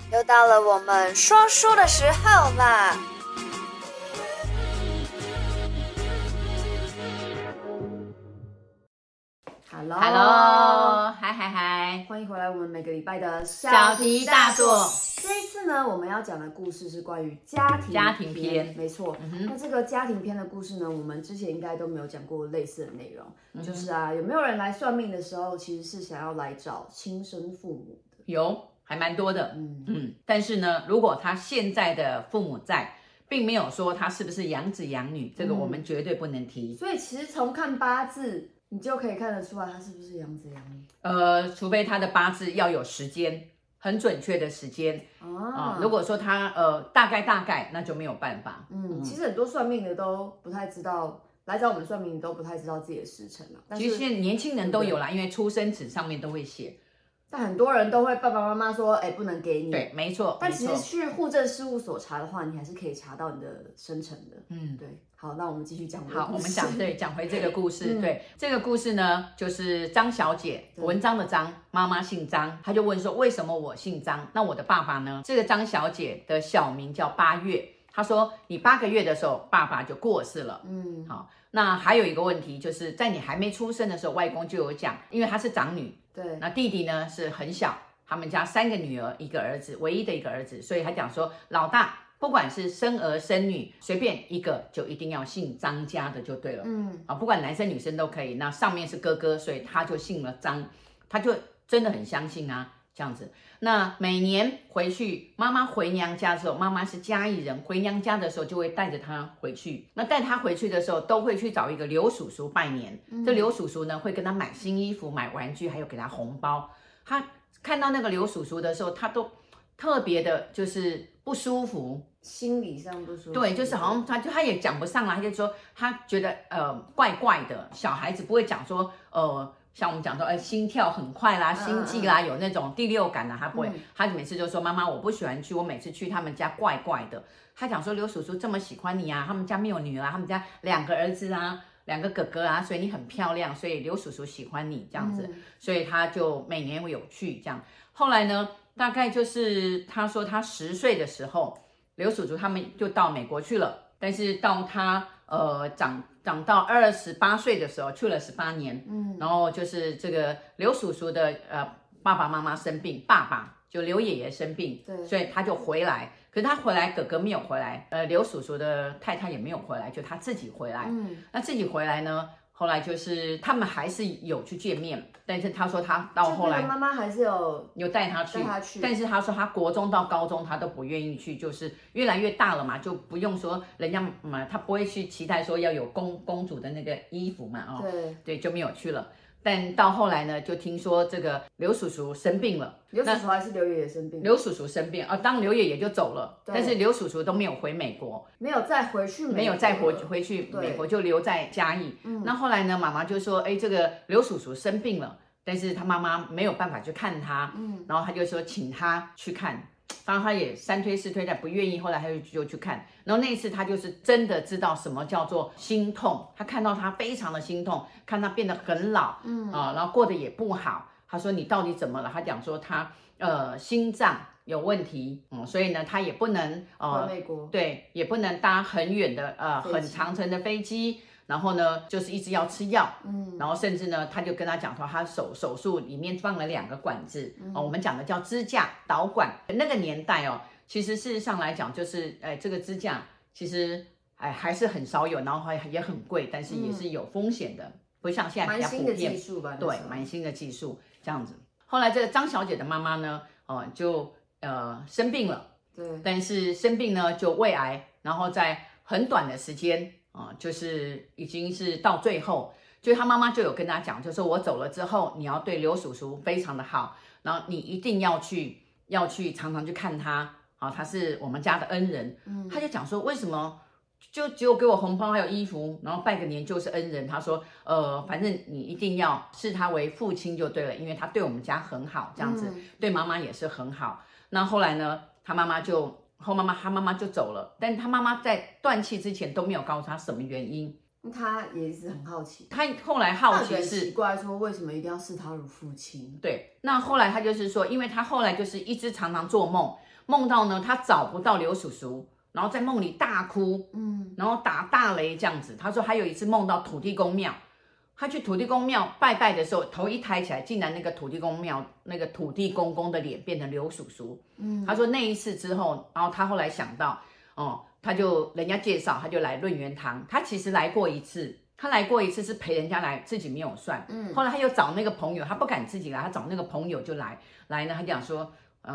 又到了我们说书的时候啦 ！Hello， 嗨， 欢迎回来我们每个礼拜的小题大做。 这一次呢，我们要讲的故事是关于家庭篇，没错。那这个家庭篇的故事呢，我们之前应该都没有讲过类似的内容。就是有没有人来算命的时候，其实是想要来找亲生父母的？ 有，还蛮多的。但是呢，如果他现在的父母在，并没有说他是不是养子养女，这个我们绝对不能提。 所以其实从看八字，你就可以看得出来他是不是养子养女。 除非他的八字要有时间，很准确的时间。如果说他大概，那就没有办法。 其实很多算命的都不太知道，来找我们算命都不太知道自己的时辰了。 其实现在年轻人都有啦，因为出生纸上面都会写。 但很多人都会爸爸妈妈说，不能给你。 对，没错。 但其实去户政事务所查的话，你还是可以查到你的生辰的。对。好，那我们继续讲。 好，我们讲回这个故事。对，这个故事呢，就是张小姐，文章的张，妈妈姓张，她就问说，为什么我姓张？那我的爸爸呢？这个张小姐的小名叫八月。她说，你8个月的时候，爸爸就过世了。好，那还有一个问题，就是在你还没出生的时候，外公就有讲，因为她是长女。 对， 那弟弟呢是很小，他们家3个女儿，1个儿子，唯一的一个儿子，所以他讲说，老大不管是生儿生女，随便一个就一定要姓张家的就对了。不管男生女生都可以。那上面是哥哥，所以他就姓了张，他就真的很相信啊，这样子。那每年回去，妈妈回娘家的时候，妈妈是嘉义人，回娘家的时候就会带着他回去。那带他回去的时候，都会去找一个刘叔叔拜年。这刘叔叔呢，会跟他买新衣服、买玩具，还有给他红包。他看到那个刘叔叔的时候，他都特别的，就是不舒服， 心理上不舒服。 对，就是好像他也讲不上来，他就说他觉得怪怪的。小孩子不会讲说像我们讲说，心跳很快啦，心悸啦，有那种第六感啦，他不会。他每次就说妈妈，我不喜欢去，我每次去他们家怪怪的。他讲说刘叔叔这么喜欢你啊，他们家没有女儿啊，他们家2个儿子啊，2个哥哥啊，所以你很漂亮，所以刘叔叔喜欢你这样子。所以他就每年会有去这样。后来呢，大概就是他说他10岁的时候，刘叔叔他们就到美国去了。但是到他长到28岁的时候，去了18年。然后就是这个刘叔叔的爸爸妈妈生病，爸爸就刘爷爷生病，对，所以他就回来。可是他回来，哥哥没有回来，刘叔叔的太太也没有回来，就他自己回来。那自己回来呢，后来就是他们还是有去见面，但是他说他到后来妈妈还是有带他去，但是他说他国中到高中他都不愿意去，就是越来越大了嘛，就不用说人家他不会去期待说要有公主的那个衣服嘛，对，就没有去了。但到后来呢，就听说这个刘叔叔生病了。 刘叔叔还是刘爷爷生病？ 刘叔叔生病当刘爷爷就走了，但是刘叔叔都没有回美国， 没有再回去美国， 没有再回去美国，就留在嘉义。那后来呢，妈妈就说，这个刘叔叔生病了，但是他妈妈没有办法去看他，然后他就说请他去看。当然他也3推4推，但不愿意，后来他就去看。然后那一次他就是真的知道什么叫做心痛，他看到他非常的心痛，看他变得很老，然后过得也不好。他说你到底怎么了？他讲说他心脏有问题，所以呢他也不能回美国， 对，也不能搭很远的很长程的飞机。然后呢，就是一直要吃药，然后甚至呢，他就跟他讲说，他手术里面放了2个管子，我们讲的叫支架导管。那个年代其实事实上来讲，就是这个支架其实还是很少有，然后也很贵，但是也是有风险的，不像现在比较普遍。 蛮新的技术吧？ 对，蛮新的技术这样子。后来这个张小姐的妈妈呢，就生病了，对，但是生病呢就胃癌，然后在很短的时间。就是已经是到最后，就是他妈妈就有跟他讲，就是我走了之后，你要对刘叔叔非常的好，然后你一定要去常常去看他，他是我们家的恩人。他就讲说为什么就只有给我红包还有衣服，然后拜个年就是恩人。他说反正你一定要视他为父亲就对了，因为他对我们家很好，这样子，对妈妈也是很好。那后来呢，他妈妈就走了，但他妈妈在断气之前都没有告诉他什么原因。 他也是很好奇， 他后来好奇他是奇怪说为什么一定要视他如父亲？ 对，那后来他就是说，因为他后来就是一直常常做梦，梦到呢他找不到刘叔叔，然后在梦里大哭，然后打大雷这样子。他说还有一次梦到土地公庙，他去土地公庙拜拜的时候，头一抬起来，竟然那个土地公庙那个土地公公的脸变成刘叔叔。他说那一次之后，然后他后来想到，他就人家介绍，他就来润园堂。他其实来过一次，他来过一次是陪人家来，自己没有算。后来他又找那个朋友，他不敢自己来，他找那个朋友就来呢。他讲说，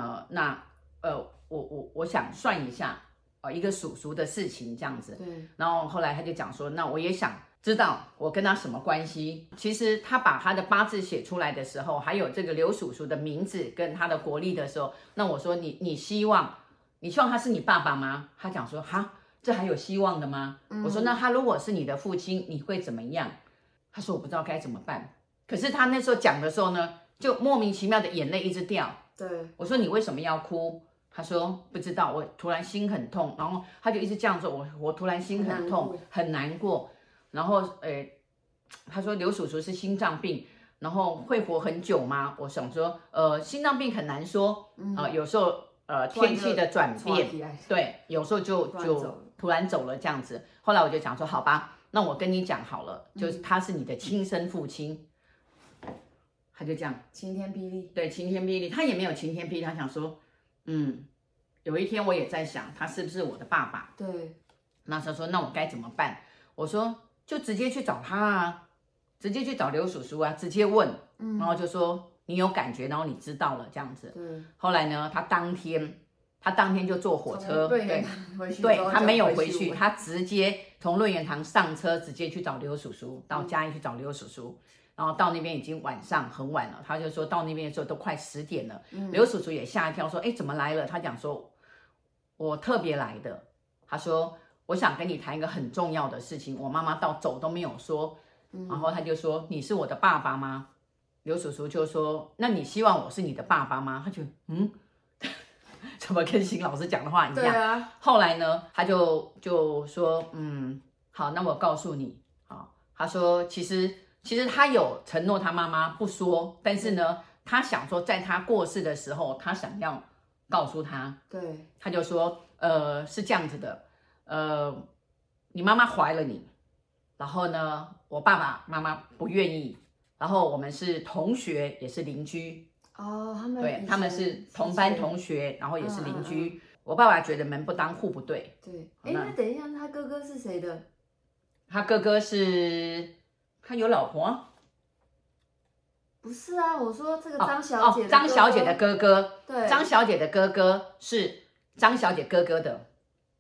我想算一下，一个叔叔的事情这样子。 对。 然后后来他就讲说，那我也想知道我跟他什么关系。其实他把他的八字写出来的时候，还有这个刘叔叔的名字跟他的国历的时候，那我说你希望他是你爸爸吗？他讲说哈，这还有希望的吗？我说那他如果是你的父亲，你会怎么样？他说我不知道该怎么办。可是他那时候讲的时候呢，就莫名其妙的眼泪一直掉。 对， 我说你为什么要哭？他说不知道，我突然心很痛，然后他就一直这样说，我突然心很痛，很难过。然后他说刘叔叔是心脏病，然后会活很久吗？我想说心脏病很难说，有时候天气的转变，对，有时候就突然走了这样子。后来我就讲说好吧，那我跟你讲好了，就是他是你的亲生父亲。他就这样晴天霹雳， 对，晴天霹雳。他也没有晴天霹雳，他想说有一天我也在想他是不是我的爸爸。 对， 那他说那我该怎么办？我说就直接去找他啊，直接去找刘叔叔啊，直接问，然后就说你有感觉，然后你知道了这样子。 对。 后来呢，他当天就坐火车，对，他他没有回去，他直接从润园堂上车，直接去找刘叔叔，到嘉义去找刘叔叔。然后到那边已经晚上很晚了，他就说到那边的时候都快10点了。刘叔叔也吓一跳，说：“哎，怎么来了？”他讲说：“我特别来的。”他说：“我想跟你谈一个很重要的事情，我妈妈到走都没有说。”然后他就说：“你是我的爸爸吗？”刘叔叔就说：“那你希望我是你的爸爸吗？”他就怎么跟邢老师讲的话一样？ 对啊。 后来呢，他就说：“好，那我告诉你。”他说：“其实他有承诺他妈妈不说，但是呢，他想说在他过世的时候，他想要告诉他。 对， 他就说，是这样子的，你妈妈怀了你，然后呢，我爸爸妈妈不愿意，然后我们是同学，也是邻居。他们是同班同学，然后也是邻居。我爸爸觉得门不当户不对。 对，那等一下，他哥哥是谁的？ 他哥哥他有老婆？ 不是啊，我说这个张小姐的张小姐的哥哥， 对， 张小姐的哥哥是张小姐哥哥的，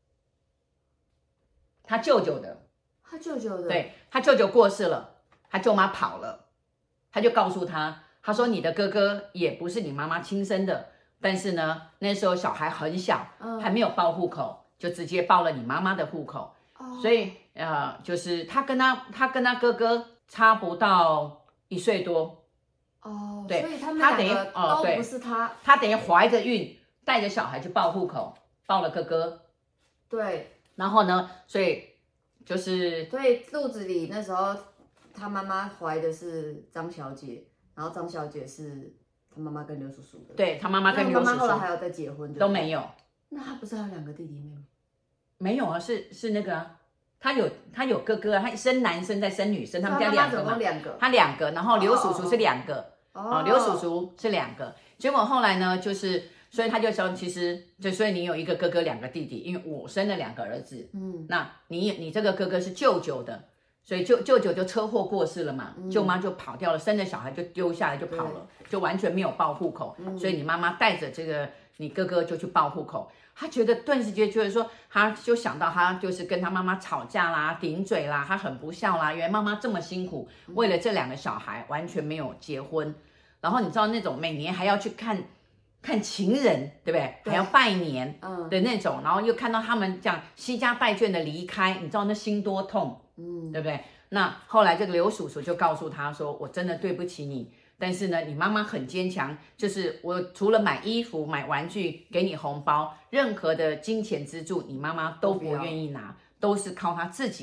他舅舅的，对，他舅舅过世了，他舅妈跑了，他就告诉他说你的哥哥也不是你妈妈亲生的，但是呢，那时候小孩很小，还没有报户口，就直接报了你妈妈的户口，所以就是他跟他哥哥差不到1岁多。对， 所以他们两个都不是他等于怀着孕带着小孩去报户口，报了哥哥。 对， 然后呢，所以肚子里那时候他妈妈怀的是张小姐，然后张小姐是他妈妈跟刘叔叔的。 对，他妈妈跟刘叔叔。 妈妈后来还有再结婚都没有。 那他不是还有2个弟弟妹妹？ 没有啊，是那个啊。他有哥哥啊，他生男生再生女生，他们家2个嘛，他2个，然后刘叔叔是2个，刘叔叔是2个，结果后来呢，所以他就说，其实所以你有1个哥哥2个弟弟，因为我生了2个儿子，那你这个哥哥是舅舅的，所以舅舅就车祸过世了嘛，舅妈就跑掉了，生了小孩就丢下来就跑了，就完全没有报户口，所以你妈妈带着这个你哥哥就去报户口。他觉得顿时觉得说，他就想到他就是跟他妈妈吵架啦、顶嘴啦，他很不孝啦。原来妈妈这么辛苦，为了这2个小孩完全没有结婚。然后你知道那种每年还要去看情人，对不对？还要拜年的那种，然后又看到他们这样惜家带眷的离开，你知道那心多痛，对不对？那后来这个刘叔叔就告诉他说，我真的对不起你。但是呢，你妈妈很坚强，就是我除了买衣服、买玩具给你红包，任何的金钱资助，你妈妈都不愿意拿，都是靠她自己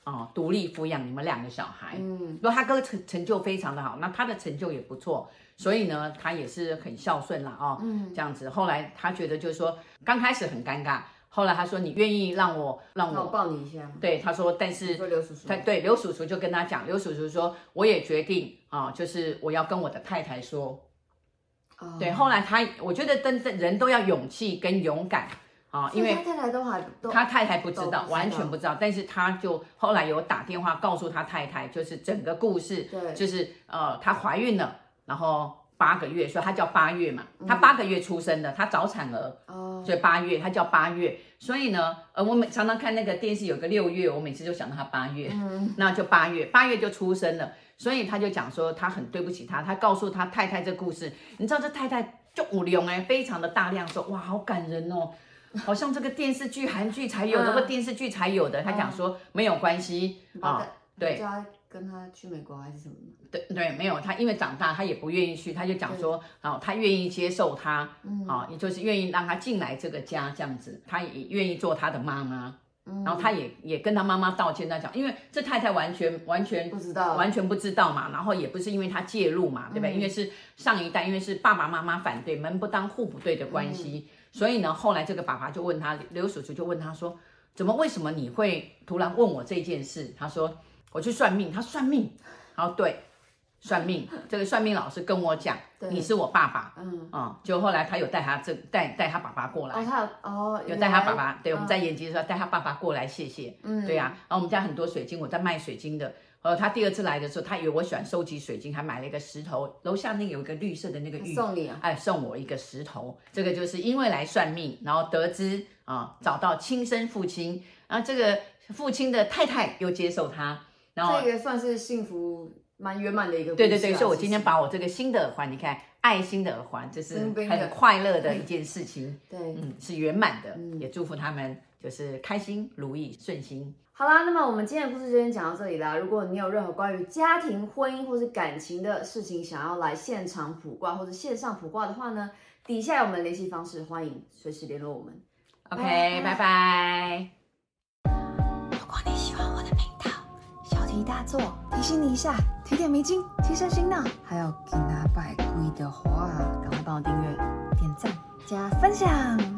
独立抚养你们2个小孩。如果他哥成就非常的好，那他的成就也不错，所以呢，他也是很孝顺啦这样子。后来他觉得就是说，刚开始很尴尬，后来他说你愿意让我抱你一下。 对，他说，但是刘叔叔， 对刘叔叔就跟他讲，刘叔叔说我也决定就是我要跟我的太太说。对，后来我觉得人都要勇气跟勇敢。因为他太太他太太不知道，完全不知道，但是他就后来有打电话告诉他太太，就是整个故事， 对， 就是她怀孕了，然后8个月，所以她叫8月嘛，她8个月出生的，她早产儿，所以8月，她叫8月，所以呢，我常常看那个电视有个6月，我每次就想到她8月，那就8月就出生了，所以他就讲说他很对不起他告诉他太太这故事，你知道这太太就有量非常的大量，说哇好感人哦。好像这个电视剧、韩剧才有的，或电视剧才有的。他讲说没有关系对， 叫他跟他去美国还是什么的？ 对，没有他，因为长大他也不愿意去，他就讲说，他愿意接受他，也就是愿意让他进来这个家这样子，他也愿意做他的妈妈。然后他也跟他妈妈道歉，他讲，因为这太太完全不知道， 完全不知道嘛，然后也不是因为他介入嘛，对不对？因为是上一代，因为是爸爸妈妈反对，门不当户不对的关系。所以呢，后来这个爸爸就问他，刘叔叔就问他说，为什么你会突然问我这件事？他说我去算命，他算命，然后对，算命，这个算命老师跟我讲，你是我爸爸，就后来他有带他爸爸过来，有带他爸爸，对，我们在演集的时候带他爸爸过来，谢谢，对啊，然后我们家很多水晶，我在卖水晶的。他第2次来的时候，他以为我喜欢收集水晶，还买了一个石头。楼下那有一个绿色的那个玉， 送你送我一个石头。这个就是因为来算命，然后得知找到亲生父亲，然后这个父亲的太太又接受他，然后这个算是幸福蛮圆满的一个故事。对，所以我今天把我这个新的耳环，你看爱心的耳环，这是很快乐的一件事情。 对， 是圆满的，也祝福他们就是开心、如意、顺心。 好啦，那么我们今天的故事就先讲到这里啦。如果你有任何关于家庭、婚姻或是感情的事情，想要来现场卜卦或者线上卜卦的话呢，底下有我们的联系方式，欢迎随时联络我们。 OK， 拜拜。 如果你喜欢我的频道，小题大做，提醒你一下，提点迷津，提升心脑。还有给他拜跪的话，赶快帮我订阅、点赞、加分享。